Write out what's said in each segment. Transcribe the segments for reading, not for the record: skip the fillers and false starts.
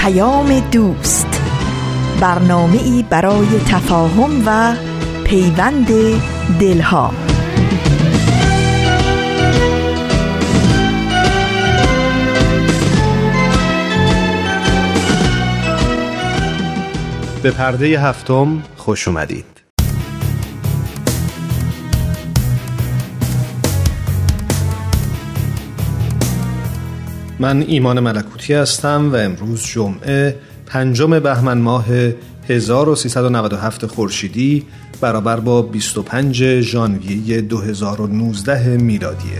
دوست، برنامه‌ای برای تفاهم و پیوند دلها. به پرده هفتم خوش اومدید. من ایمان ملکوتی هستم و امروز جمعه 5 بهمن ماه 1397 خورشیدی برابر با 25 ژانویه 2019 میلادیه.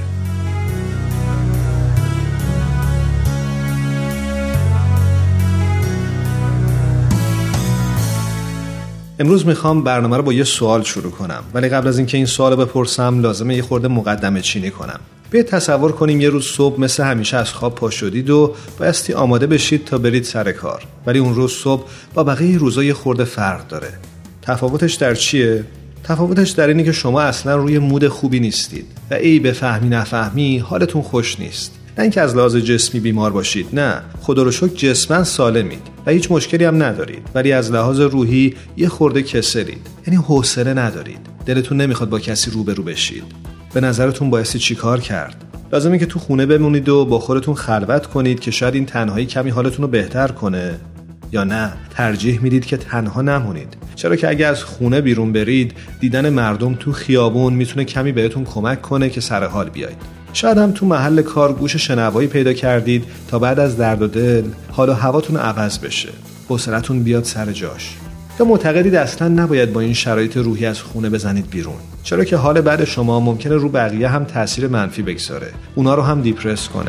امروز میخوام برنامه رو با یه سوال شروع کنم، ولی قبل از اینکه این سوال رو بپرسم لازمه یه خورده مقدمه چینی کنم. بیاید تصور کنیم یه روز صبح مثل همیشه از خواب پا شدید و بایستی آماده بشید تا برید سر کار، ولی اون روز صبح با بقیه روزا یه خورده فرق داره. تفاوتش در چیه؟ تفاوتش در اینه که شما اصلا روی مود خوبی نیستید و ای بفهمی نفهمی حالتون خوش نیست. نه اینکه از لحاظ جسمی بیمار باشید، نه، خدا رو شکر جسماً سالمید و هیچ مشکلی هم ندارید، ولی از لحاظ روحی یه خورده کسلید، یعنی حوصله ندارید، دلتون نمیخواد با کسی روبرو بشید. به نظرتون بایستی چی کار کرد؟ لازمه که تو خونه بمونید و با خودتون خلوت کنید که شاید این تنهایی کمی حالتون رو بهتر کنه، یا نه ترجیح میدید که تنها نمونید؟ چرا که اگه از خونه بیرون برید دیدن مردم تو خیابون میتونه کمی بهتون کمک کنه که سر حال بیایید. شاید هم تو محل کار گوش شنوایی پیدا کردید تا بعد از درد و دل حال و هواتون عوض بشه، حوصلتون بیاد سر جاش. یا معتقدید اصلا نباید با این شرایط روحی از خونه بزنید بیرون، چرا که حال بعد شما ممکنه رو بقیه هم تاثیر منفی بگذاره، اونا رو هم دیپرس کنه.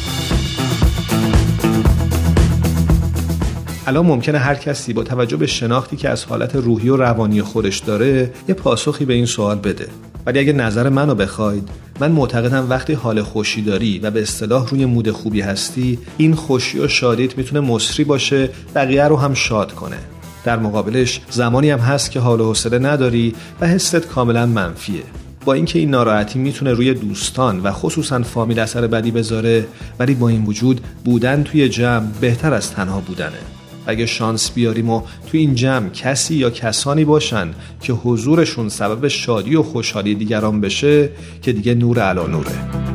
الان ممکنه هر کسی با توجه به شناختی که از حالت روحی و روانی خودش داره یه پاسخی به این سوال بده، ولی اگه نظر منو بخواید، من معتقدم وقتی حال خوشی داری و به اصطلاح روی مود خوبی هستی، این خوشی و شادیت میتونه مصری باشه، بقیه رو هم شاد کنه. در مقابلش زمانی هم هست که حال و حوصله نداری و حست کاملا منفیه. با اینکه این ناراحتی میتونه روی دوستان و خصوصا فامیل اثر بدی بذاره، ولی با این وجود بودن توی جمع بهتر از تنها بودنه. اگه شانس بیاریم و توی این جمع کسی یا کسانی باشن که حضورشون سبب شادی و خوشحالی دیگران بشه، که دیگه نور علی نوره.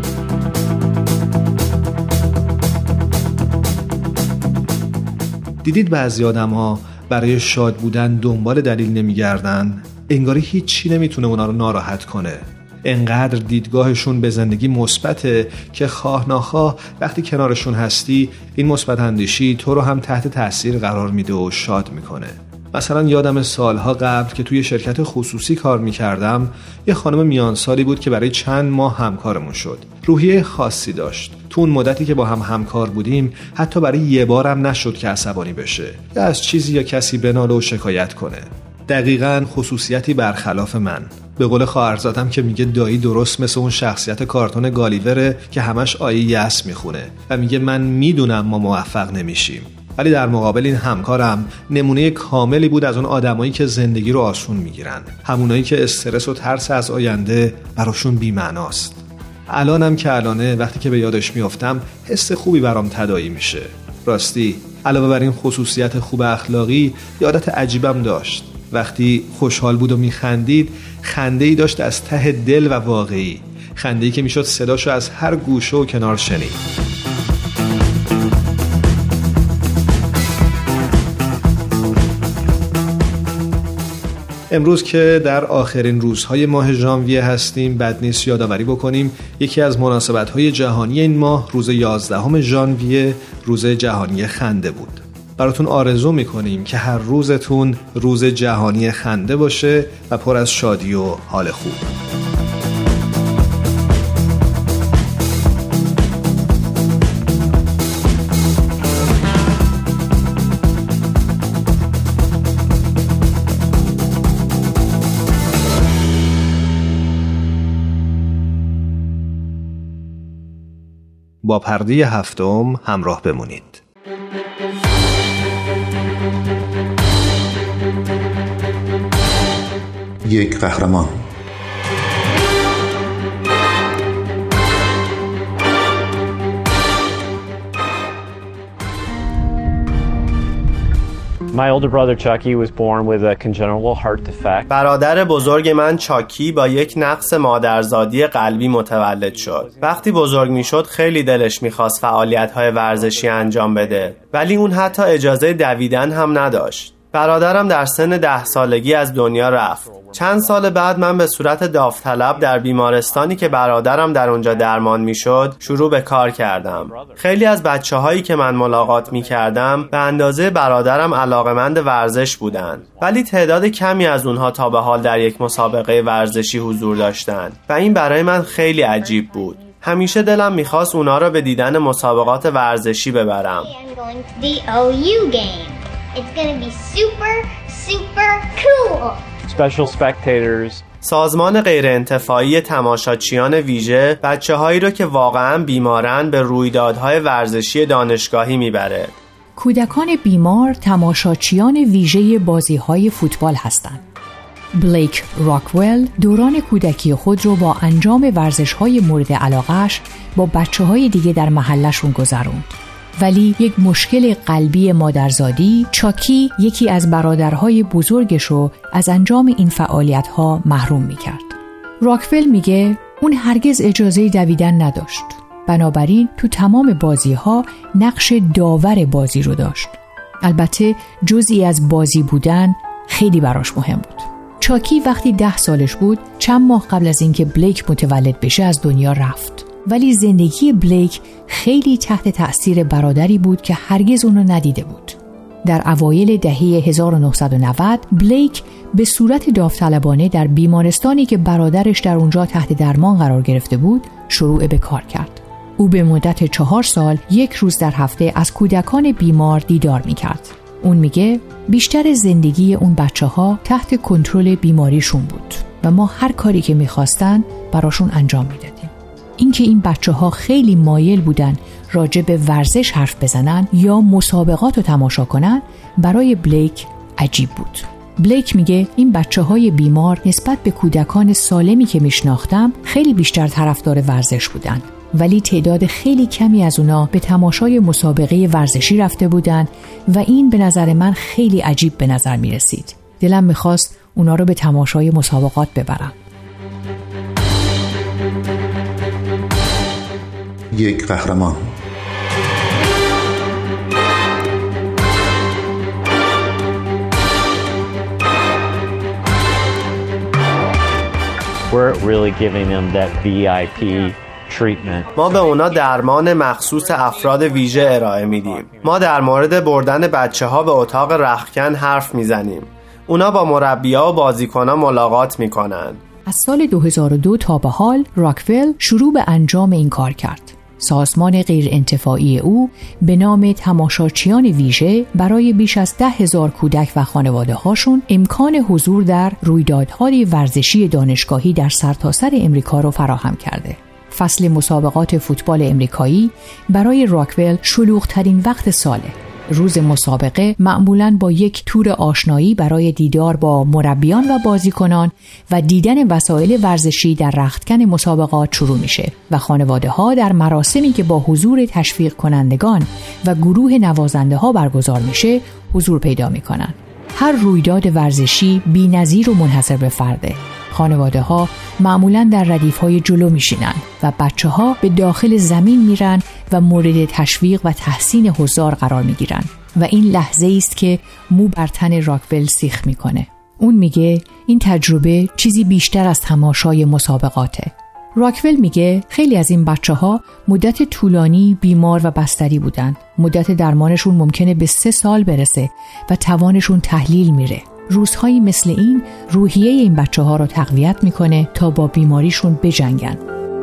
دیدید بعضی آدم‌ها برای شاد بودن دنبال دلیل نمیگردن؟ انگاری هیچی نمیتونه اونا رو ناراحت کنه. انقدر دیدگاهشون به زندگی مثبته که خواه ناخواه وقتی کنارشون هستی این مثبت اندیشی تو رو هم تحت تاثیر قرار میده و شاد میکنه. مثلا یادم سالها قبل که توی شرکت خصوصی کار میکردم، یه خانم میان سالی بود که برای چند ماه همکارمون شد. روحیه خاصی داشت. تو اون مدتی که با هم همکار بودیم حتی برای یه بارم نشد که عصبانی بشه یا از چیزی یا کسی بناله و شکایت کنه. دقیقاً خصوصیتی برخلاف من. به قول خواهرزادم که میگه دایی درست مثل اون شخصیت کارتون گالیوره که همش آیه یأس میخونه و میگه من میدونم ما موفق نمیشیم. ولی در مقابل این همکارم نمونه کاملی بود از اون آدمایی که زندگی رو آسون میگیرن، همونایی که استرس و ترس از آینده براشون بی‌معناست. الانم که الانه وقتی که به یادش میافتم حس خوبی برام تداعی میشه. راستی علاوه بر این خصوصیت خوب اخلاقی، یه عادت عجیبم داشت. وقتی خوشحال بود و میخندید، خنده‌ای داشت از ته دل و واقعی، خنده‌ای که میشد صداشو از هر گوشه و کنار شنید. امروز که در آخرین روزهای ماه ژانویه هستیم، بد نیست یادآوری بکنیم یکی از مناسبت‌های جهانی این ماه روز 11 ژانویه روز جهانی خنده بود. براتون آرزو میکنیم که هر روزتون روز جهانی خنده باشه و پر از شادی و حال خوب. با پرده هفتم همراه بمونید. یک قهرمان. My older brother Chucky was born with a congenital heart defect. برادر بزرگ من چاکی با یک نقص مادرزادی قلبی متولد شد. وقتی بزرگ میشد خیلی دلش میخواست فعالیت‌های ورزشی انجام بده، ولی اون حتی اجازه دویدن هم نداشت. برادرم در سن 10 سالگی از دنیا رفت. چند سال بعد من به صورت داوطلب در بیمارستانی که برادرم در اونجا درمان میشد شروع به کار کردم. خیلی از بچه‌هایی که من ملاقات میکردم به اندازه برادرم علاقه‌مند ورزش بودند، ولی تعداد کمی از اونها تا به حال در یک مسابقه ورزشی حضور داشتند و این برای من خیلی عجیب بود. همیشه دلم میخواست اونا را به دیدن مسابقات ورزشی ببرم. It's gonna be super, super cool. Special spectators. سازمان غیرانتفاعی تماشاچیان ویژه بچه‌هایی رو که واقعاً بیمارن به رویدادهای ورزشی دانشگاهی میبره. کودکان بیمار تماشاچیان ویژه بازی‌های فوتبال هستند. بلیک راکول دوران کودکی خود رو با انجام ورزش‌های مورد علاقه‌اش با بچه‌های دیگه در محلشون گذروند. ولی یک مشکل قلبی مادرزادی چاکی یکی از برادرهای بزرگش رو از انجام این فعالیت‌ها محروم می‌کرد. راکول میگه اون هرگز اجازه دویدن نداشت. بنابراین تو تمام بازی‌ها نقش داور بازی رو داشت. البته جزئی از بازی بودن خیلی براش مهم بود. چاکی وقتی 10 سالش بود، چند ماه قبل از اینکه بلیک متولد بشه از دنیا رفت. ولی زندگی بلیک خیلی تحت تأثیر برادری بود که هرگز اونو ندیده بود. در اوایل دهه 1990 بلیک به صورت داوطلبانه در بیمارستانی که برادرش در اونجا تحت درمان قرار گرفته بود شروع به کار کرد. او به مدت 4 سال 1 روز در هفته از کودکان بیمار دیدار می‌کرد. اون میگه بیشتر زندگی اون بچه‌ها تحت کنترل بیماریشون بود و ما هر کاری که می‌خواستن براشون انجام میدادیم. اینکه این بچه‌ها خیلی مایل بودن راجع به ورزش حرف بزنن یا مسابقات رو تماشا کنن برای بلیک عجیب بود. بلیک میگه این بچه‌های بیمار نسبت به کودکان سالمی که میشناختم خیلی بیشتر طرفدار ورزش بودن، ولی تعداد خیلی کمی از اونا به تماشای مسابقه ورزشی رفته بودن و این به نظر من خیلی عجیب به نظر میرسید. دلم میخواست اونا رو به تماشای مسابقات ببرم. یک قهرمان. We're really giving them that VIP treatment. ما به اونا درمان مخصوص افراد ویژه ارائه میدیم. ما در مورد بردن بچه‌ها به اتاق رختکن حرف میزنیم. اونا با مربی‌ها و بازیکن‌ها ملاقات میکنن. از سال 2002 تا به حال راکول شروع به انجام این کار کرد. سازمان غیرانتفاعی او به نام تماشاچیان ویژه برای بیش از 10,000 کودک و خانواده هاشون امکان حضور در رویدادهای ورزشی دانشگاهی در سرتاسر امریکا رو فراهم کرده. فصل مسابقات فوتبال امریکایی برای راکول شلوغ‌ترین وقت ساله. روز مسابقه معمولاً با یک تور آشنایی برای دیدار با مربیان و بازیکنان و دیدن وسایل ورزشی در رختکن مسابقات شروع میشه و خانواده‌ها در مراسمی که با حضور تشویق کنندگان و گروه نوازنده ها برگزار میشه حضور پیدا میکنن. هر رویداد ورزشی بی‌نظیر و منحصر به فرده. خانواده ها معمولاً در ردیف‌های جلو میشینن و بچه‌ها به داخل زمین میرن و مورد تشویق و تحسین حضار قرار میگیرن و این لحظه است که مو بر تن راکول سیخ میکنه. اون میگه این تجربه چیزی بیشتر از تماشای مسابقاته. راکول میگه خیلی از این بچه‌ها مدت طولانی بیمار و بستری بودن. مدت درمانشون ممکنه به 3 سال برسه و توانشون تحلیل میره. روزهایی مثل این روحیه این بچه‌ها رو تقویت میکنه تا با بیماریشون بجنگن.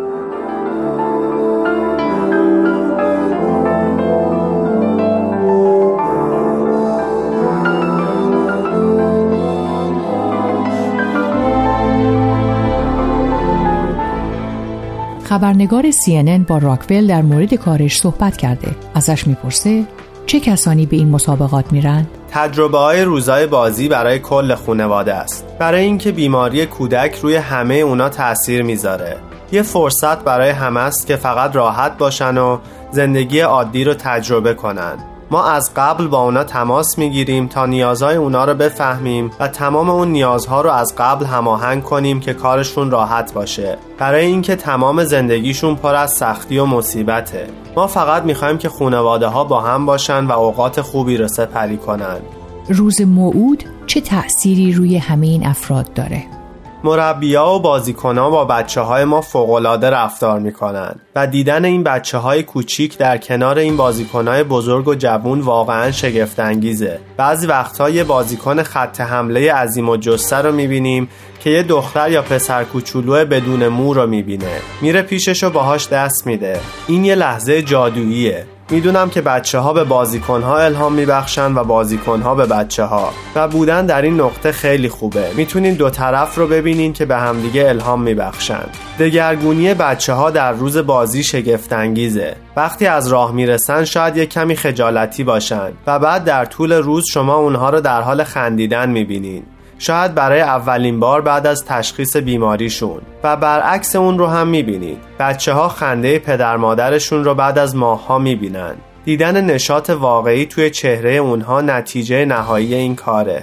خبرنگار CNN با راکول در مورد کارش صحبت کرده. ازش میپرسه چه کسانی به این مسابقات میرن؟ تجربه‌های روزای بازی برای کل خانواده است. برای اینکه بیماری کودک روی همه اونا تأثیر میذاره. یه فرصت برای همه است که فقط راحت باشن و زندگی عادی رو تجربه کنن. ما از قبل با اونا تماس میگیریم تا نیازهای اونا رو بفهمیم و تمام اون نیازها رو از قبل هماهنگ کنیم که کارشون راحت باشه، برای اینکه تمام زندگیشون پر از سختی و مصیبته. ما فقط میخوایم که خانواده ها با هم باشن و اوقات خوبی رو سپری کنن. روز موعود چه تأثیری روی همه این افراد داره؟ مربی‌ها و بازیکن‌ها با بچه‌های ما فوق‌العاده رفتار می‌کنن و دیدن این بچه‌های کوچیک در کنار این بازیکن‌های بزرگ و جوون واقعاً شگفت‌انگیزه. بعضی وقت‌ها یه بازیکن خط حمله عظیم و جثه رو می‌بینیم که یه دختر یا پسر کوچولو بدون مو رو می‌بینه. میره پیشش و باهاش دست میده. این یه لحظه جادوییه. میدونم که بچه‌ها به بازیکن‌ها الهام میبخشن و بازیکن‌ها به بچه‌ها و بودن در این نقطه خیلی خوبه. میتونین دو طرف رو ببینین که به همدیگه الهام میبخشن. دگرگونی بچه‌ها در روز بازی شگفت‌انگیزه. وقتی از راه میرسن شاید یک کمی خجالتی باشن و بعد در طول روز شما اونها رو در حال خندیدن میبینین. شاید برای اولین بار بعد از تشخیص بیماریشون و برعکس اون رو هم میبینید. بچه‌ها خنده پدر مادرشون رو بعد از ماه‌ها میبینن. دیدن نشاط واقعی توی چهره اونها نتیجه نهایی این کاره.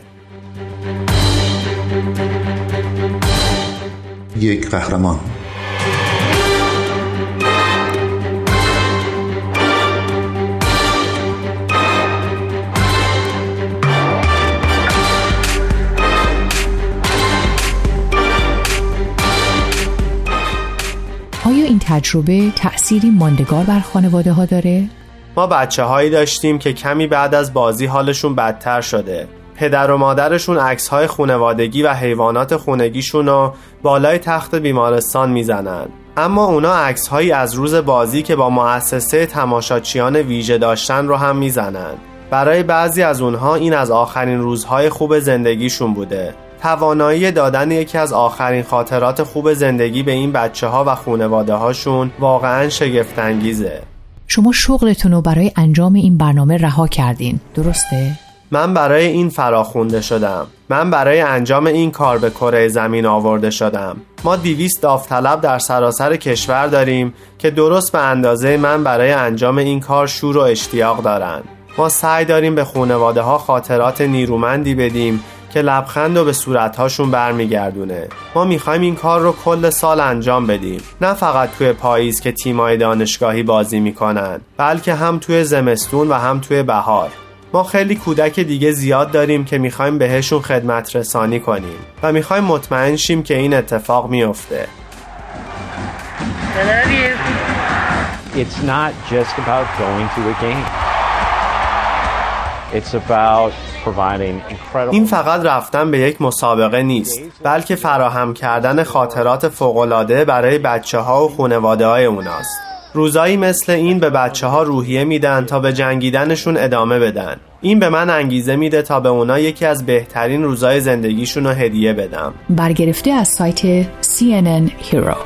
یک قهرمان. آیا این تجربه تأثیری ماندگار بر خانواده ها داره؟ ما بچه هایی داشتیم که کمی بعد از بازی حالشون بدتر شده. پدر و مادرشون عکس‌های خانوادگی و حیوانات خونگیشون رو بالای تخت بیمارستان میزنن. اما اونا عکس‌هایی از روز بازی که با مؤسسه تماشاچیان ویژه داشتن رو هم میزنن. برای بعضی از اونها این از آخرین روزهای خوب زندگیشون بوده. توانایی دادن یکی از آخرین خاطرات خوب زندگی به این بچه‌ها و خانواده هاشون واقعاً شگفت‌انگیزه. شما شغلتون رو برای انجام این برنامه رها کردین، درسته؟ من برای این فراخونده شدم. من برای انجام این کار به کره زمین آورده شدم. ما 200 داوطلب در سراسر کشور داریم که درست به اندازه من برای انجام این کار شور و اشتیاق دارن. ما سعی داریم به خانواده ها خاطرات نیرومندی بدیم که لبخند رو به صورتهاشون برمیگردونه. ما میخوایم این کار رو کل سال انجام بدیم، نه فقط توی پاییز که تیمای دانشگاهی بازی میکنن، بلکه هم توی زمستون و هم توی بهار. ما خیلی کودک دیگه زیاد داریم که میخوایم بهشون خدمت رسانی کنیم و میخوایم مطمئن شیم که این اتفاق میفته. It's not just about going to a game. It's about این فقط رفتن به یک مسابقه نیست، بلکه فراهم کردن خاطرات فوق‌العاده برای بچه‌ها و خانواده‌های اوناست. روزایی مثل این به بچه‌ها روحیه میدن تا به جنگیدنشون ادامه بدن. این به من انگیزه میده تا به اونا یکی از بهترین روزای زندگیشون رو هدیه بدم. برگرفته از سایت CNN Hero.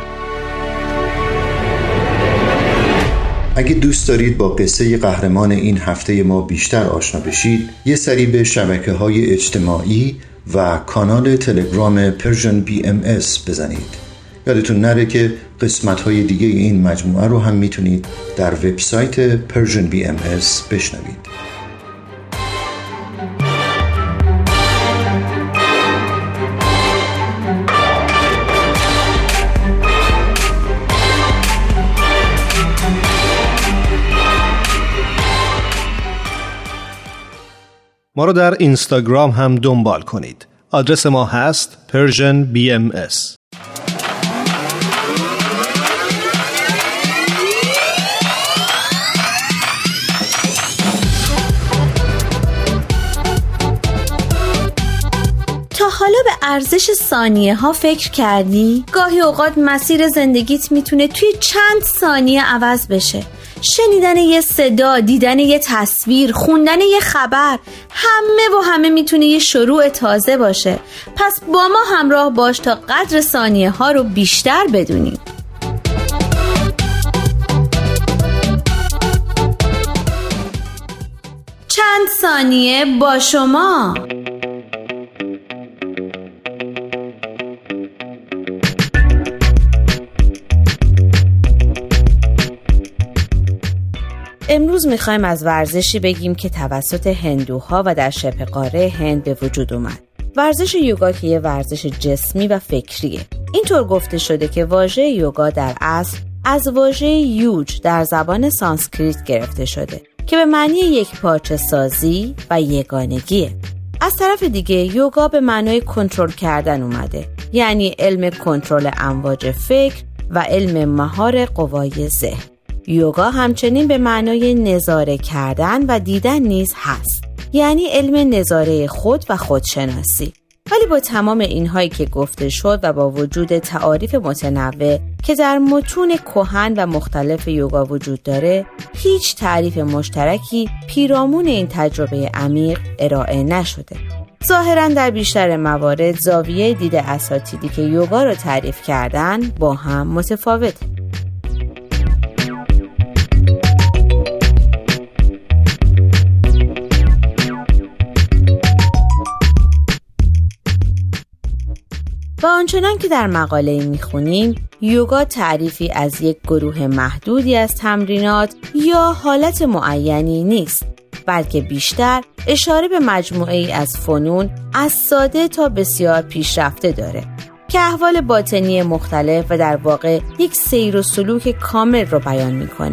اگه دوست دارید با قصه قهرمان این هفته ما بیشتر آشنا بشید، یه سری به شبکه‌های اجتماعی و کانال تلگرام پرژن BMS بزنید. یادتون نره که قسمت‌های دیگه این مجموعه رو هم میتونید در وبسایت پرژن BMS بشنوید. ما رو در اینستاگرام هم دنبال کنید. آدرس ما هست Persian BMS. تا حالا به ارزش ثانیه ها فکر کردی؟ گاهی اوقات مسیر زندگیت میتونه توی چند ثانیه عوض بشه. شنیدن یه صدا، دیدن یه تصویر، خوندن یه خبر، همه میتونه یه شروع تازه باشه. پس با ما همراه باش تا قدر ثانیه ها رو بیشتر بدونیم. چند ثانیه با شما. امروز امروز میخوایم از ورزشی بگیم که توسط هندوها و در شبه قاره هند به وجود اومد. ورزش یوگا که یه ورزش جسمی و فکریه. اینطور گفته شده که واژه یوگا در اصل از واژه یوج در زبان سانسکریت گرفته شده که به معنی یک پارچه سازی و یگانگیه. از طرف دیگه یوگا به معنای کنترل کردن اومده، یعنی علم کنترل امواج فکر و علم مهار قوای ذهن. یوگا همچنین به معنای نظاره کردن و دیدن نیز هست، یعنی علم نظاره خود و خودشناسی. ولی با تمام اینهایی که گفته شد و با وجود تعاریف متنوع که در متون کهن و مختلف یوگا وجود داره، هیچ تعریف مشترکی پیرامون این تجربه عمیق ارائه نشده. ظاهراً در بیشتر موارد زاویه دید اساتیدی که یوگا رو تعریف کردن با هم متفاوته. و آنچنان که در مقاله میخونیم، یوگا تعریفی از یک گروه محدودی از تمرینات یا حالت معینی نیست، بلکه بیشتر اشاره به مجموعه ای از فنون از ساده تا بسیار پیشرفته داره که احوال باطنی مختلف و در واقع یک سیر و سلوک کامل رو بیان میکنه.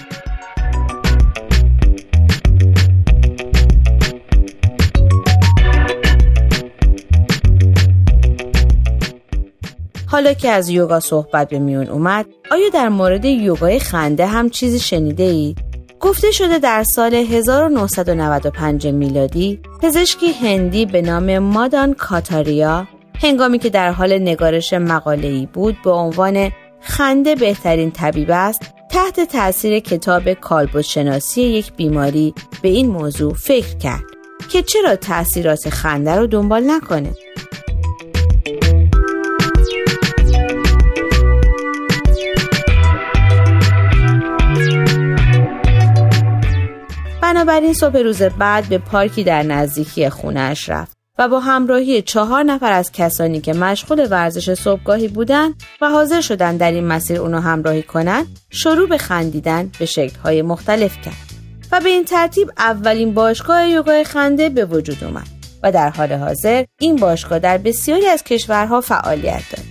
حالا که از یوگا صحبت به میون اومد، آیا در مورد یوگای خنده هم چیزی شنیده ای؟ گفته شده در سال 1995 میلادی پزشکی هندی به نام مادان کاتاریا هنگامی که در حال نگارش مقاله‌ای بود به عنوان خنده بهترین طبیب است، تحت تأثیر کتاب کالبدشناسی یک بیماری به این موضوع فکر کرد که چرا تأثیرات خنده رو دنبال نکنه. بنابراین صبح روز بعد به پارکی در نزدیکی خونه‌اش رفت و با همراهی 4 نفر از کسانی که مشغول ورزش صبحگاهی بودند و حاضر شدند در این مسیر اونو همراهی کنند، شروع به خندیدن به شکل‌های مختلف کرد و به این ترتیب اولین باشگاه یوگای خنده به وجود اومد و در حال حاضر این باشگاه در بسیاری از کشورها فعالیت دارد.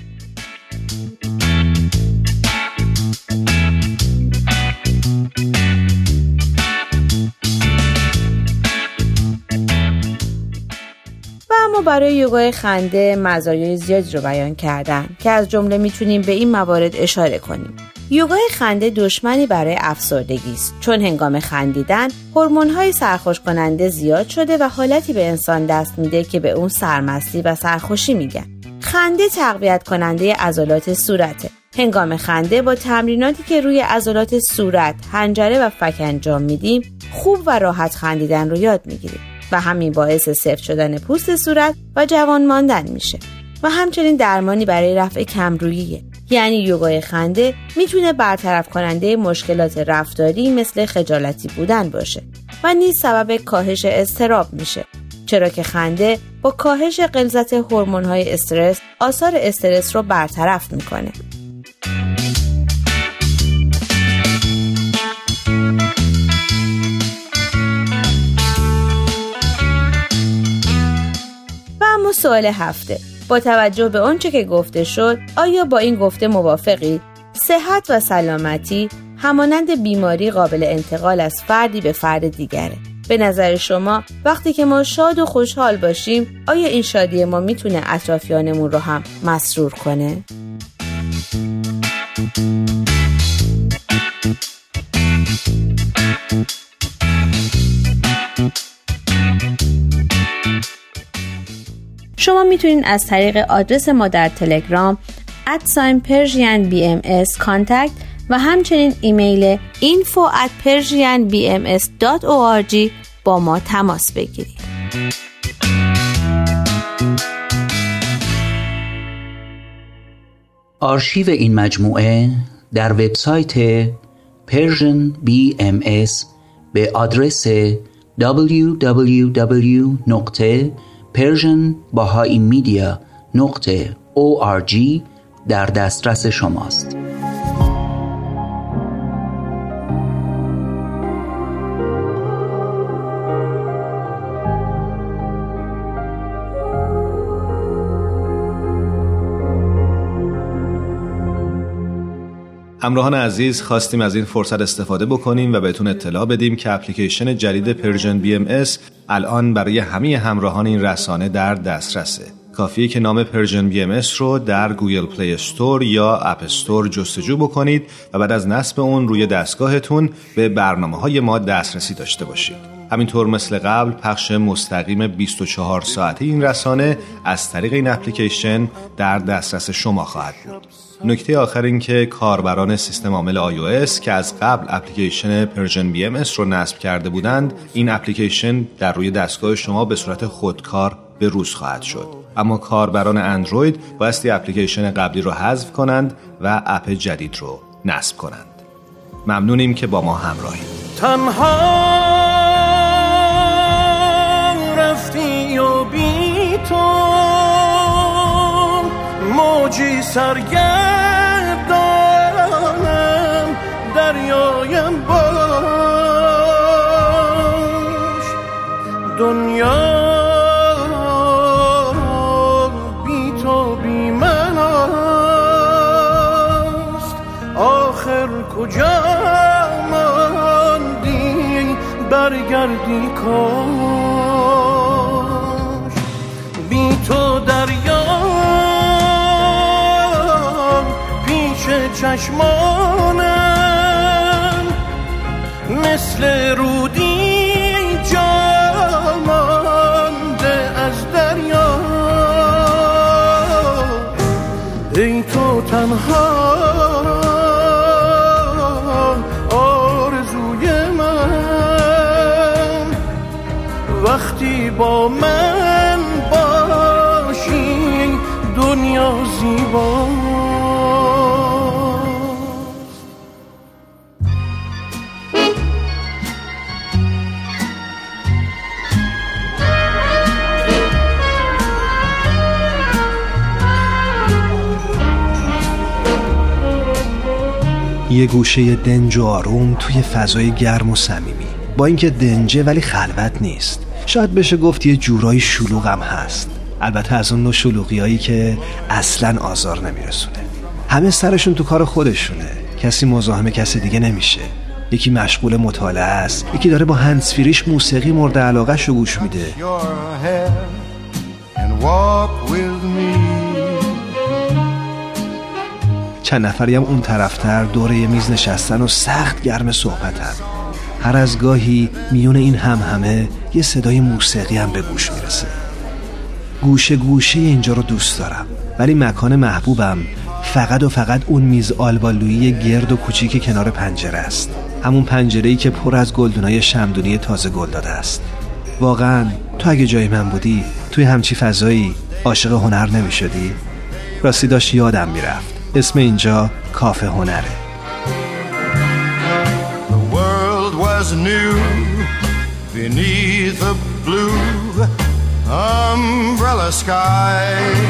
اما برای یوگای خنده مزایای زیادی رو بیان کردن که از جمله میتونیم به این موارد اشاره کنیم. یوگای خنده دشمنی برای افسردگی است، چون هنگام خندیدن هورمون‌های سرخوش کننده زیاد شده و حالتی به انسان دست میده که به اون سرمستی و سرخوشی میگن. خنده تقویت کننده عضلات صورته. هنگام خنده با تمریناتی که روی عضلات صورت، حنجره و فک انجام میدیم، خوب و راحت خندیدن رو یاد میگیریم و همین باعث سفت شدن پوست صورت و جوان ماندن میشه و همچنین درمانی برای رفع کمروییه. یعنی یوگای خنده میتونه برطرف کننده مشکلات رفتاری مثل خجالتی بودن باشه و نیز سبب کاهش اضطراب میشه، چرا که خنده با کاهش غلظت هورمون‌های استرس آثار استرس رو برطرف میکنه. سوال هفته: با توجه به آنچه که گفته شد، آیا با این گفته موافقی؟ صحت و سلامتی همانند بیماری قابل انتقال از فردی به فرد دیگره. به نظر شما وقتی که ما شاد و خوشحال باشیم، آیا این شادی ما میتونه اطرافیانمون رو هم مسرور کنه؟ شما میتونید از طریق آدرس ما در تلگرام @persianbms کانتکت و همچنین ایمیل info@persianbms.org با ما تماس بگیرید. آرشیو این مجموعه در وبسایت Persian BMS به آدرس www.persianbahaimedia.org در دسترس شماست. همراهان عزیز، خواستیم از این فرصت استفاده بکنیم و بهتون اطلاع بدیم که اپلیکیشن جدید پرژن BMS الان برای همه همراهان این رسانه در دسترسه. کافیه که نام پرژن BMS رو در گوگل پلی استور یا اپ استور جستجو بکنید و بعد از نصب اون روی دستگاهتون به برنامه‌های ما دسترسی داشته باشید. همینطور مثل قبل پخش مستقیم 24 ساعته این رسانه از طریق این اپلیکیشن در دسترس شما خواهد بود. نکته آخر این که کاربران سیستم عامل iOS که از قبل اپلیکیشن پرژن BMS رو نصب کرده بودند، این اپلیکیشن در روی دستگاه شما به صورت خودکار به روز خواهد شد. اما کاربران اندروید بایستی اپلیکیشن قبلی رو حذف کنند و اپ جدید رو نصب کنند. ممنونیم که با ما همراهید. تنها رفتی و بی تو موجی سرگردانم دریایم باش. دنیا بی تو بی من است، آخر کجا ماندی برگردی کاش. بی تو دریا پیش چشمانم مثل رودی جا مانده از دریا. ای تو تنها آرزوی من، وقتی با من باشی دنیا زیبا. یه گوشه دنج و آروم توی فضای گرم و صمیمی، با اینکه دنجه ولی خلوت نیست. شاید بشه گفت یه جورایی شلوغ هم هست، البته از اون نوع شلوغیایی که اصلاً آزار نمیرسونه. همه سرشون تو کار خودشونه، کسی مزاحم کسی دیگه نمیشه. یکی مشغول مطالعه است، یکی داره با هندزفریش موسیقی مورد علاقه‌ش رو گوش میده. چند نفری هم اون طرفتر دور یه میز نشستن و سخت گرم صحبتن. هر از گاهی میون این همه یه صدای موسیقی هم به گوش میرسه. گوشه گوشه اینجا رو دوست دارم، ولی مکان محبوبم فقط اون میز آلبالویی گرد و کوچیک کنار پنجره است. همون پنجره‌ای که پر از گلدونای شمعدونی تازه گل داده است. واقعا تو اگه جای من بودی توی همچی فضایی عاشق هنر نمی‌شدی؟ راستی داشت یادم میرفت، اسم اینجا کافه هنره. The world was new beneath a blue umbrella sky.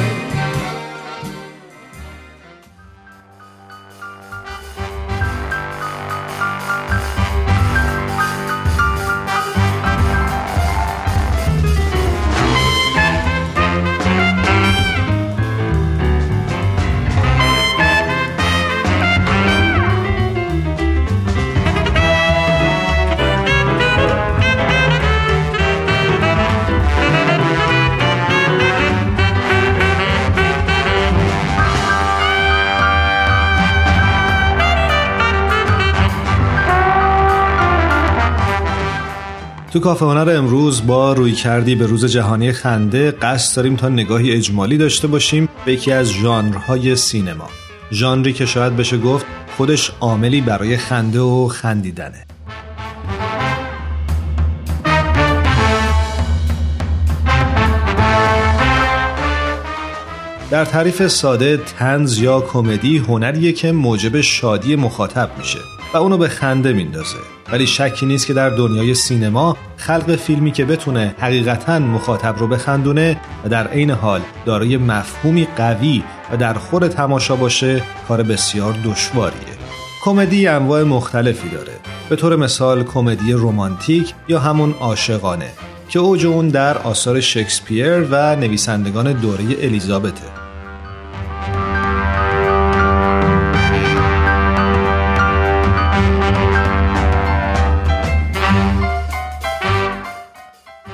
تو کافه هنر امروز با روی کردی به روز جهانی خنده قصد داریم تا نگاهی اجمالی داشته باشیم به یکی از ژانرهای سینما. ژانری که شاید بشه گفت خودش عاملی برای خنده و خندیدنه. در تعریف ساده، طنز یا کمدی هنریه که موجب شادی مخاطب میشه و اونو به خنده میندازه. ولی شکی نیست که در دنیای سینما خلق فیلمی که بتونه حقیقتاً مخاطب رو بخندونه و در عین حال دارای مفهومی قوی و در خور تماشا باشه کار بسیار دشواریه. کمدی انواع مختلفی داره، به طور مثال کمدی رمانتیک یا همون عاشقانه که اوج اون در آثار شکسپیر و نویسندگان دوره الیزابته.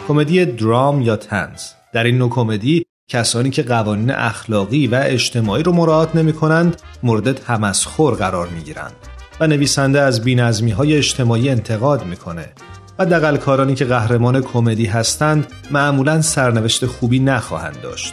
کمدی درام یا طنز. در این نوع کمدی کسانی که قوانین اخلاقی و اجتماعی رو مراعات نمی‌کنند مورد تمسخر قرار می‌گیرند و نویسنده از بی‌نظمی‌های اجتماعی انتقاد می‌کنه و دغل‌کارانی که قهرمان کمدی هستند معمولاً سرنوشت خوبی نخواهند داشت.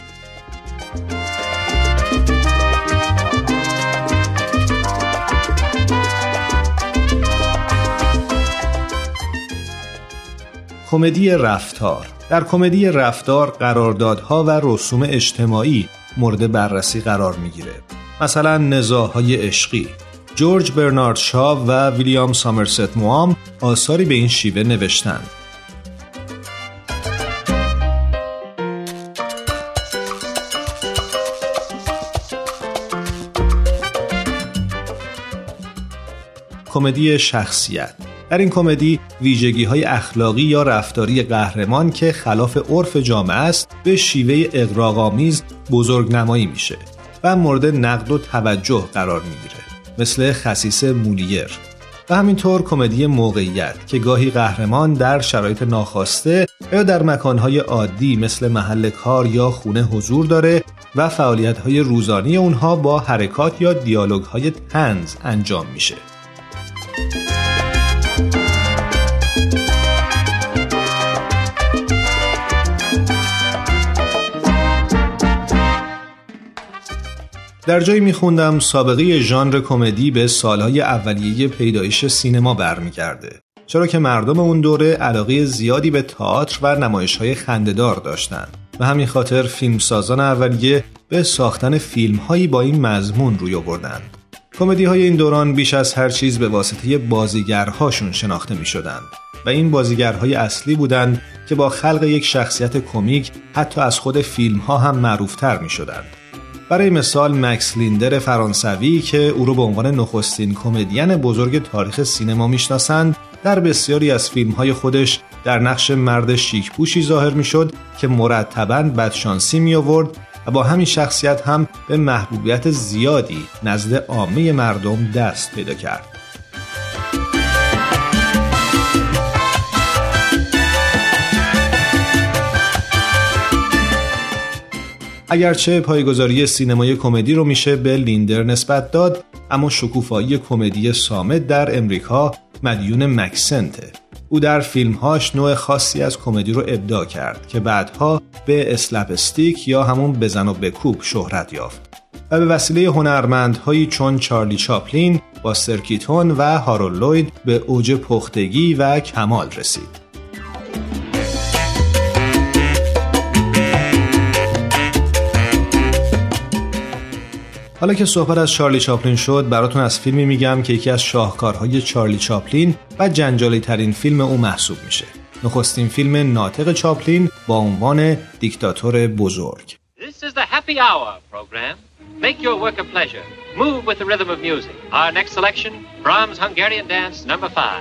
کمدی رفتار. در کمدی رفتار قراردادها و رسوم اجتماعی مورد بررسی قرار میگیره. مثلا نزاع‌های عشقی. جورج برنارد شاو و ویلیام سامرست موام آثاری به این شیوه نوشتند. کمدی شخصیت. در این کمدی ویژگی‌های اخلاقی یا رفتاری قهرمان که خلاف عرف جامعه است به شیوه اغراق‌آمیز بزرگنمایی میشه و مورد نقد و توجه قرار میگیره، مثل خسیس مولیر. و همینطور کمدی موقعیت که گاهی قهرمان در شرایط ناخواسته یا در مکان‌های عادی مثل محل کار یا خونه حضور داره و فعالیت‌های روزانه اونها با حرکات یا دیالوگ‌های طنز انجام میشه. در جایی میخوندم سابقه ژانر کمدی به سالهای اولیه پیدایش سینما برمیگرده، چرا که مردم اون دوره علاقه زیادی به تئاتر و نمایش‌های خنده‌دار داشتند و همین خاطر فیلمسازان اولیه به ساختن فیلم‌هایی با این مضمون روی آوردند. کمدی‌های این دوران بیش از هر چیز به واسطه بازیگرهاشون شناخته می‌شدند و این بازیگرهای اصلی بودند که با خلق یک شخصیت کمیک حتی از خود فیلم‌ها هم معروف‌تر می‌شدند. برای مثال مکس لیندر فرانسوی که او رو به عنوان نخستین کمدین بزرگ تاریخ سینما میشناسند، در بسیاری از فیلم‌های خودش در نقش مرد شیک‌پوشی ظاهر میشد که مرتباً بدشانسی می آورد و با همین شخصیت هم به محبوبیت زیادی نزد عامه مردم دست پیدا کرد. اگرچه پایه‌گذاری سینمای کمدی رو میشه به لیندر نسبت داد، اما شکوفایی کمدی صامت در امریکا مدیون مکسنته. او در فیلمهاش نوع خاصی از کمدی رو ابداع کرد که بعدها به اسلپ استیک یا همون بزن و بکوب شهرت یافت و به وسیله هنرمندهایی چون چارلی چاپلین، باستر کیتون و هارولد لوید به اوج پختگی و کمال رسید. حالا که صحبت از چارلی چاپلین شد، براتون از فیلمی میگم که یکی از شاهکارهای چارلی چاپلین و جنجالی ترین فیلم او محسوب میشه. نخستین فیلم ناطق چاپلین با عنوان دیکتاتور بزرگ. This is the happy hour program. Make your work a pleasure. Move with the rhythm of music. Our next selection, Brahms' Hungarian Dance number 5.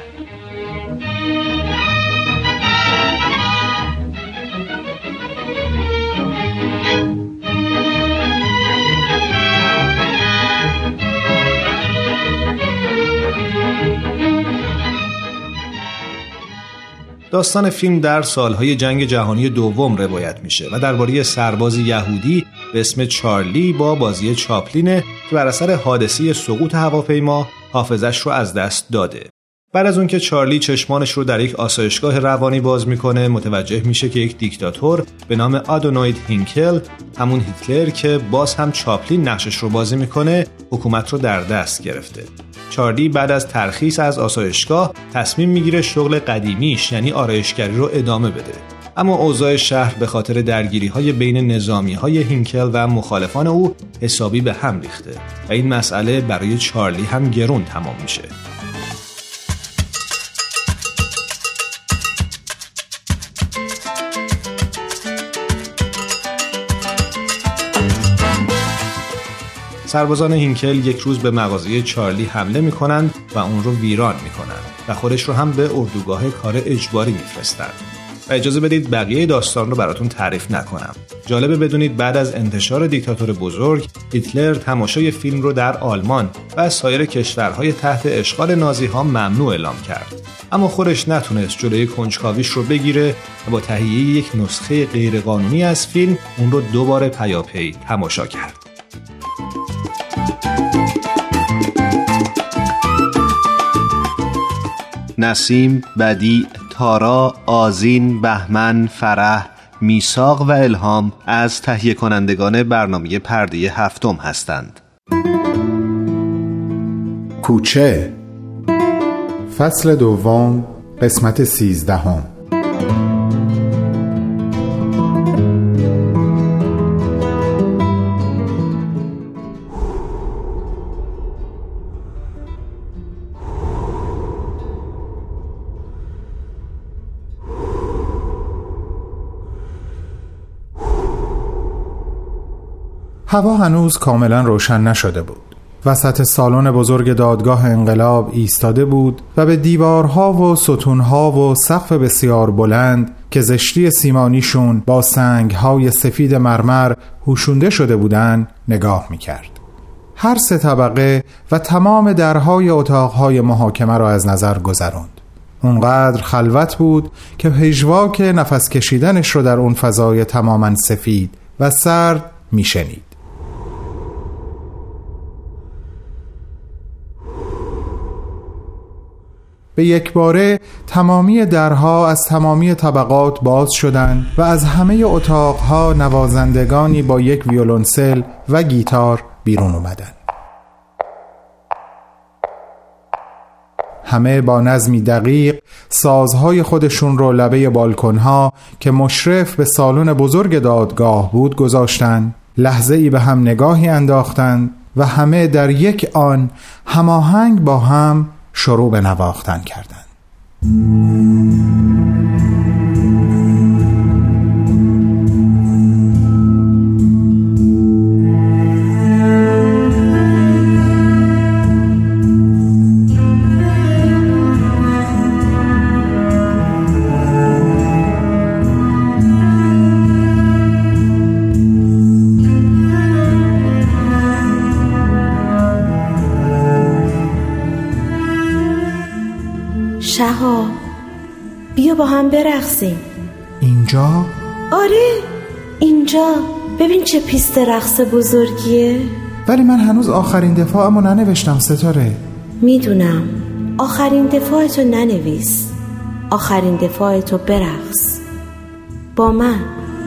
داستان فیلم در سالهای جنگ جهانی دوم روایت میشه و درباره سرباز یهودی به اسم چارلی با بازی چاپلینه که بر اثر حادثه سقوط هواپیما حافظش رو از دست داده. بعد از اون که چارلی چشمانش رو در یک آسایشگاه روانی باز میکنه، متوجه میشه که یک دیکتاتور به نام آدونوید هینکل، همون هیتلر که باز هم چاپلین نقشش رو بازی میکنه، حکومت رو در دست گرفته. چارلی بعد از ترخیص از آسایشگاه تصمیم میگیره شغل قدیمیش یعنی آرایشگری رو ادامه بده. اما اوضاع شهر به خاطر درگیری‌های بین نظامی‌های هینکل و مخالفان او حسابی به هم ریخته و این مسئله برای چارلی هم گرون تمام میشه. سربازان هینکل یک روز به مغازه چارلی حمله میکنند و اون رو ویران میکنند و خودش رو هم به اردوگاه کار اجباری میفرستند. و اجازه بدید بقیه داستان رو براتون تعریف نکنم. جالبه بدونید بعد از انتشار دیکتاتور بزرگ، هیتلر تماشای فیلم رو در آلمان و سایر کشورهای تحت اشغال نازی ها ممنوع اعلام کرد. اما خودش نتونست جلوی کنجکاویش رو بگیره و با تهیه یک نسخه غیرقانونی از فیلم اون رو دوباره پیاپی تماشا کرد. نسیم، بدیع، تارا، آذین، بهمن، فرح، میثاق و الهام از تهیه کنندگان برنامه پرده هفتم هستند. کوچه، فصل دوم، قسمت 13. هوا هنوز کاملا روشن نشده بود. وسط سالن بزرگ دادگاه انقلاب ایستاده بود و به دیوارها و ستونها و سقف بسیار بلند که زشتی سیمانیشون با سنگهای سفید مرمر هوشونده شده بودن نگاه میکرد. هر 3 طبقه و تمام درهای اتاقهای محاکمه را از نظر گذراند. اونقدر خلوت بود که پژواک نفس کشیدنش رو در اون فضای تماما سفید و سرد میشنید. به یک باره تمامی درها از تمامی طبقات باز شدند و از همه اتاقها نوازندگانی با یک ویولنسل و گیتار بیرون اومدن. همه با نظمی دقیق سازهای خودشون رو لبه بالکنها که مشرف به سالن بزرگ دادگاه بود گذاشتن، لحظه ای به هم نگاهی انداختن و همه در یک آن هماهنگ با هم شروع به نواختن کردند. شهاب، بیا با هم برقصیم. اینجا؟ آره اینجا. ببین چه پیست رقص بزرگیه. ولی من هنوز آخرین دفاعمو ننوشتم ستاره. میدونم. آخرین دفاعتو ننویس، آخرین دفاعتو برقص با من.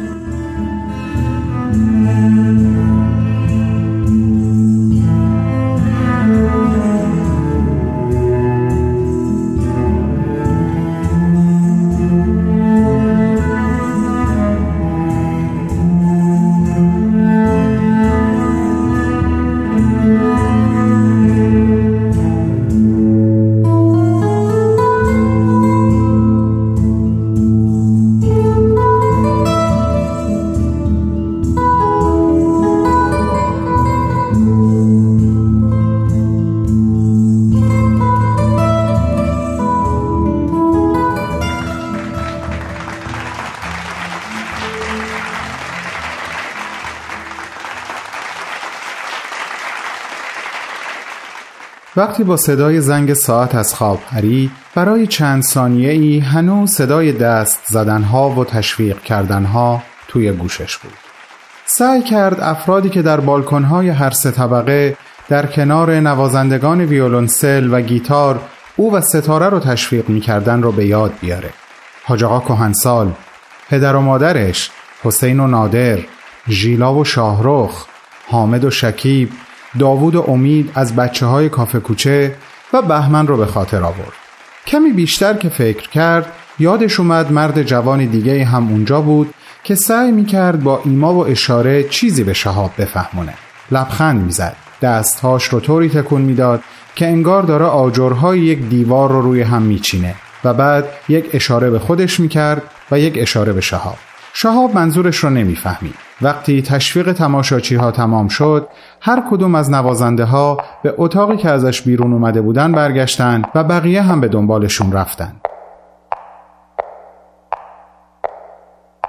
وقتی با صدای زنگ ساعت از خواب پرید، برای چند ثانیه‌ای هنوز صدای دست زدنها و تشویق کردنها توی گوشش بود. سعی کرد افرادی که در بالکن‌های هر 3 طبقه در کنار نوازندگان ویولنسل و گیتار او و ستاره رو تشویق می‌کردن رو به یاد بیاره. حاج آقا کهنسال، پدر و مادرش، حسین و نادر، ژیلا و شاهرخ، حامد و شکیب، داوود و امید از بچه‌های کافه کوچه و بهمن رو به خاطر آورد. کمی بیشتر که فکر کرد یادش اومد مرد جوان دیگه هم اونجا بود که سعی می‌کرد با ایما و اشاره چیزی به شهاب بفهمونه. لبخند می‌زد، دستهاش رو طوری تکون میداد که انگار داره آجرهای یک دیوار رو روی هم میچینه و بعد یک اشاره به خودش میکرد و یک اشاره به شهاب. شهاب منظورش رو نمیفهمید. وقتی تشویق تماشاچی ها تمام شد، هر کدوم از نوازنده ها به اتاقی که ازش بیرون اومده بودن برگشتن و بقیه هم به دنبالشون رفتن.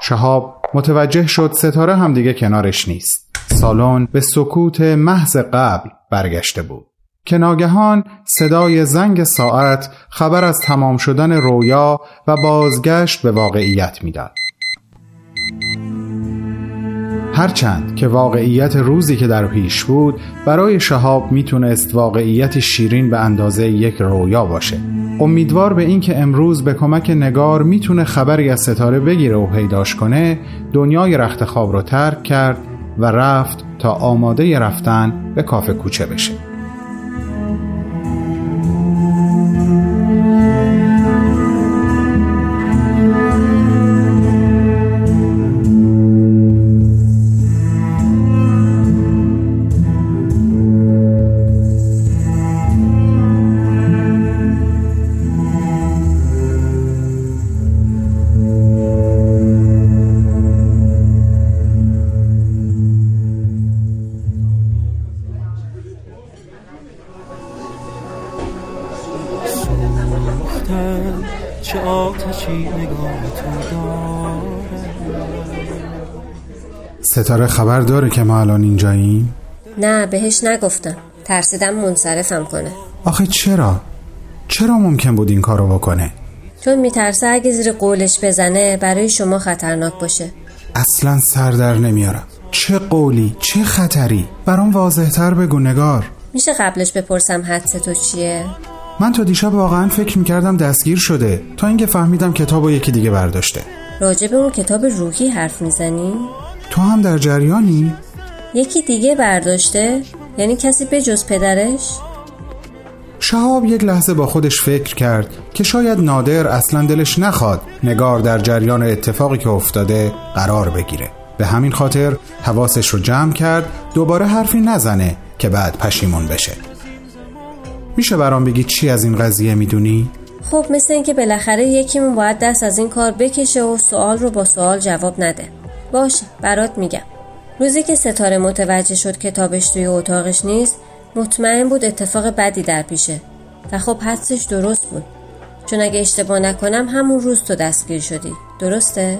شهاب متوجه شد ستاره هم دیگه کنارش نیست. سالن به سکوت محض قبل برگشته بود که ناگهان صدای زنگ ساعت خبر از تمام شدن رویا و بازگشت به واقعیت میداد. هرچند که واقعیت روزی که در پیش بود برای شهاب میتونست واقعیت شیرین به اندازه یک رویا باشه. امیدوار به این که امروز به کمک نگار میتونه خبری از ستاره بگیره و پیداش کنه، دنیای رخت خواب رو ترک کرد و رفت تا آماده رفتن به کافه کوچه بشه. چه آتشی نگاه تو داره. ستاره خبر داره که ما الان اینجاییم؟ نه بهش نگفتم، ترسیدم منصرفم کنه. آخه چرا ممکن بود این کارو بکنه؟ چون میترسه اگه زیر قولش بزنه برای شما خطرناک باشه. اصلا سر در نمیارم. چه قولی چه خطری؟ برام واضح تر بگو نگار. میشه قبلش بپرسم حدس تو چیه؟ من تا دیشب واقعا فکر میکردم دستگیر شده تا اینکه فهمیدم کتابو یکی دیگه برداشته. راجع به اون کتاب روحی حرف میزنی؟ تو هم در جریانی؟ یکی دیگه برداشته؟ یعنی کسی به جز پدرش؟ شهاب یک لحظه با خودش فکر کرد که شاید نادر اصلا دلش نخواد نگار در جریان اتفاقی که افتاده قرار بگیره. به همین خاطر حواسش رو جمع کرد دوباره حرفی نزنه که بعد پشیمون بشه. میشه برام بگی چی از این قضیه میدونی؟ خب مثل این که بالاخره یکیمون باید دست از این کار بکشه و سوال رو با سوال جواب نده. باشه برات میگم. روزی که ستاره متوجه شد کتابش توی اتاقش نیست، مطمئن بود اتفاق بدی در پیشه و خب حدسش درست بود، چون اگه اشتباه نکنم همون روز تو دستگیر شدی. درسته؟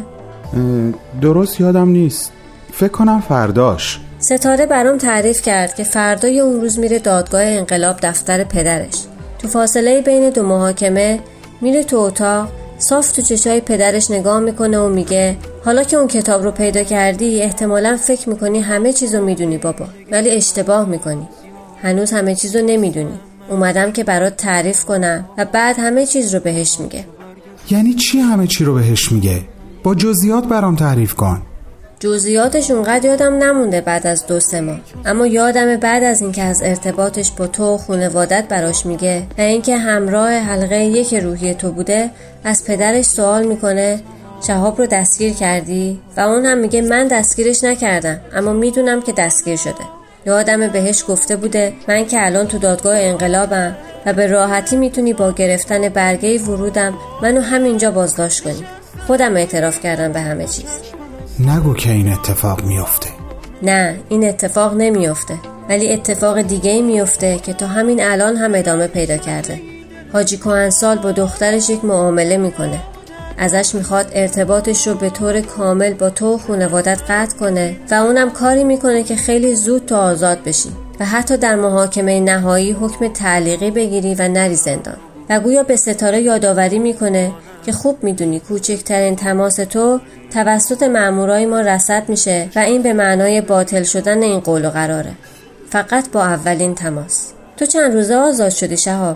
درست یادم نیست، فکر کنم فرداش. ستاره برام تعریف کرد که فردای اون روز میره دادگاه انقلاب دفتر پدرش. تو فاصله بین دو محاکمه میره تو اتاق، صاف تو چشای پدرش نگاه میکنه و میگه حالا که اون کتاب رو پیدا کردی احتمالاً فکر میکنی همه چیزو میدونی بابا، ولی اشتباه میکنی. هنوز همه چیزو نمیدونی. اومدم که برات تعریف کنم و بعد همه چیز رو بهش میگه. یعنی چی همه چی رو بهش میگه؟ با جزئیات برام تعریف کن. جزئیاتش اونقدر یادم نمونده بعد از 2-3 ماه، اما یادمه بعد از اینکه از ارتباطش با تو و خانوادت براش میگه و اینکه همراه حلقه یک روحی تو بوده، از پدرش سوال میکنه شهاب رو دستگیر کردی؟ و اون هم میگه من دستگیرش نکردم اما میدونم که دستگیر شده. یادمه بهش گفته بوده من که الان تو دادگاه انقلابم و به راحتی میتونی با گرفتن برگه ورودم منو همینجا بازداشت کنی. خودم اعتراف کردم به همه چیز. نگو که این اتفاق میفته. نه این اتفاق نمیفته، ولی اتفاق دیگه میفته که تا همین الان هم ادامه پیدا کرده. حاجی کهنسال با دخترش یک معامله میکنه. ازش میخواد ارتباطش رو به طور کامل با تو و خانوادت قطع کنه و اونم کاری میکنه که خیلی زود تو آزاد بشی و حتی در محاکمه نهایی حکم تعلیقی بگیری و نری زندان. و گویا به ستاره یادآوری میکنه که خوب میدونی کوچکترین تماس تو توسط مامورای ما رصد میشه و این به معنای باطل شدن این قول و قراره. فقط با اولین تماس. تو چند روزه آزاد شدی شهاب؟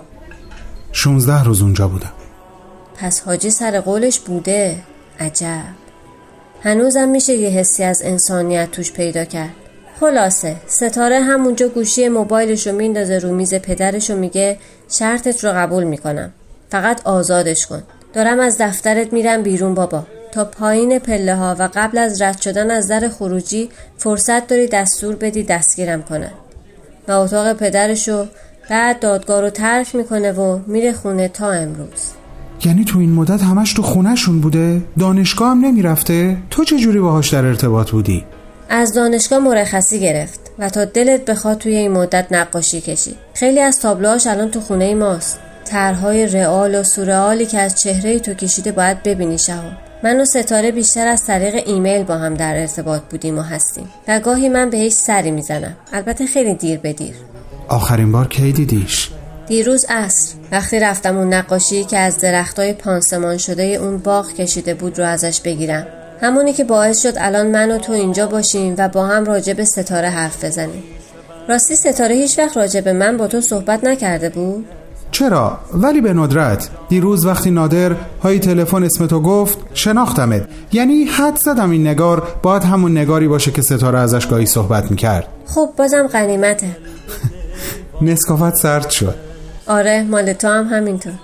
16 روز اونجا بودم. پس حاجی سر قولش بوده. عجب. هنوزم میشه یه حسی از انسانیت توش پیدا کرد. خلاصه ستاره همونجا گوشی موبایلشو میندازه رو میز پدرشو میگه شرطت رو قبول میکنم، فقط آزادش کن. دارم از دفترت میرم بیرون بابا، تا پایین پله ها و قبل از رد شدن از در خروجی فرصت داری دستور بدی دستگیرم کنن. و اتاق پدرشو بعد دادگاه رو ترک میکنه و میره خونه تا امروز. یعنی تو این مدت همش تو خونهشون بوده؟ دانشگاه هم نمیرفته؟ تو چجوری باهاش در ارتباط بودی؟ از دانشگاه مرخصی گرفت و تا دلت بخواد توی این مدت نقاشی کشید. خیلی از تابلوهاش الان تو خونه ماست. طرح‌های رئال و سورئالی که از چهره تو کشیده باید ببینی شهاب. من و ستاره بیشتر از طریق ایمیل با هم در ارتباط بودیم و هستیم و گاهی من بهش سری میزنم، البته خیلی دیر به دیر. آخرین بار کی دیدیش؟ دیروز عصر، وقتی رفتم اون نقاشی که از درختای پانسمان شده اون باغ کشیده بود رو ازش بگیرم، همونی که باعث شد الان من و تو اینجا باشیم و با هم راجع به ستاره حرف بزنیم. راستی ستاره هیچ وقت راجع به من با تو صحبت نکرده بود؟ چرا؟ ولی به ندرت. دیروز وقتی نادر های تلفن اسمتو گفت شناختمت، یعنی حد زدم این نگار باید همون نگاری باشه که ستاره ازش گاهی صحبت میکرد. خب بازم غنیمته. نسکافت سرد شد. آره مال تو هم همینطور.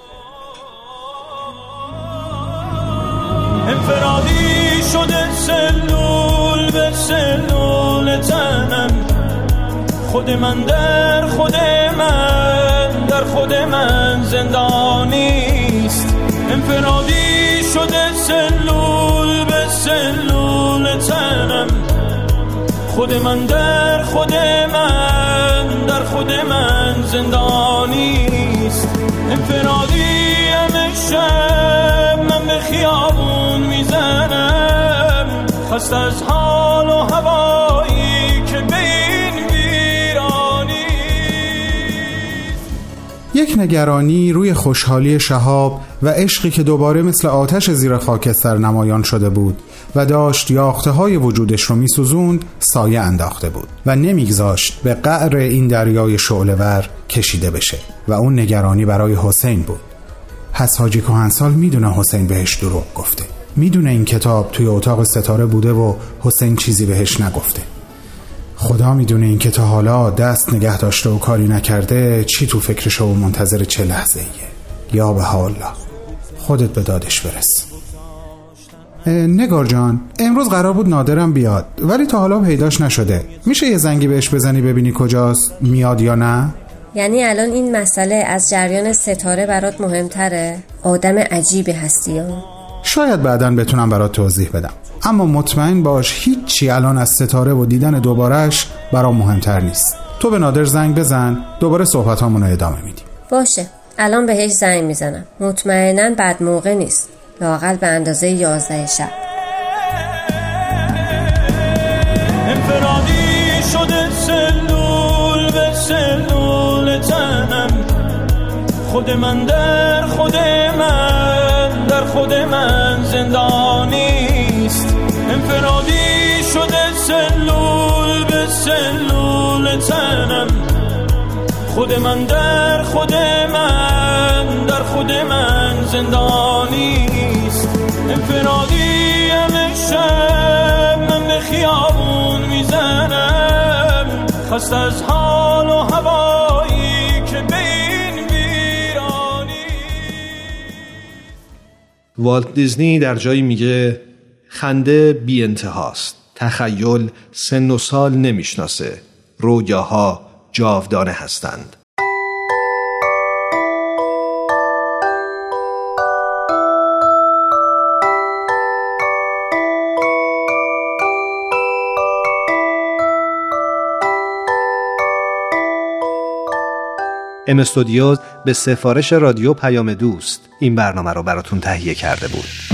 انفرادی شده سلول به سلول تنم، خود من در خود من، در خود من زندانیست. انفرادی شده سلول به سلول تنم، خود من در خود من، در خود من زندانیست. انفرادی همه شب من به خیابون میزنم، خسته از حال و هوایی که به این ویرانی. یک نگرانی روی خوشحالی شهاب و عشقی که دوباره مثل آتش زیر خاکستر نمایان شده بود و داشت یاخته های وجودش رو میسوزوند سایه انداخته بود و نمیگذاشت به قعر این دریای شعله‌ور کشیده بشه و اون نگرانی برای حسین بود. پس حاجی کهنسال میدونه حسین بهش دروغ گفته، میدونه این کتاب توی اتاق ستاره بوده و حسین چیزی بهش نگفته. خدا میدونه این که تا حالا دست نگه داشته و کاری نکرده چی تو فکرشه و منتظر چه لحظه ایه. یا به حالا خودت به دادش برس. نگار جان، امروز قرار بود نادرم بیاد ولی تا حالا پیداش نشده، میشه یه زنگی بهش بزنی ببینی کجاست، میاد یا نه؟ یعنی الان این مسئله از جریان ستاره برات مهمتره؟ آدم عجیبی هستی ها؟ شاید بعداً بتونم برات توضیح بدم، اما مطمئن باش هیچی الان از ستاره و دیدن دوبارش برام مهمتر نیست. تو به نادر زنگ بزن، دوباره صحبتامون رو ادامه میدیم. باشه، الان بهش زنگ میزنم. مطمئناً بد موقع نیست، لااقل به اندازه 11 شب. انفرادی شده سلول به سلول تنم، خود من در خود من، در خود من زندانیست. انفرادی شده سلول به سلول تنم، خود من در خود من، در خود من زندانیست. انفرادی همه شب من به خیابون میزنم، خسته از حال و هوایی که به این ویرانی. والت دیزنی در جایی میگه خنده بی انتهاست، تخیل سن و سال نمیشناسه، رویاها جاودانه هستند. ام استودیوز به سفارش رادیو پیام دوست این برنامه رو براتون تهیه کرده بود.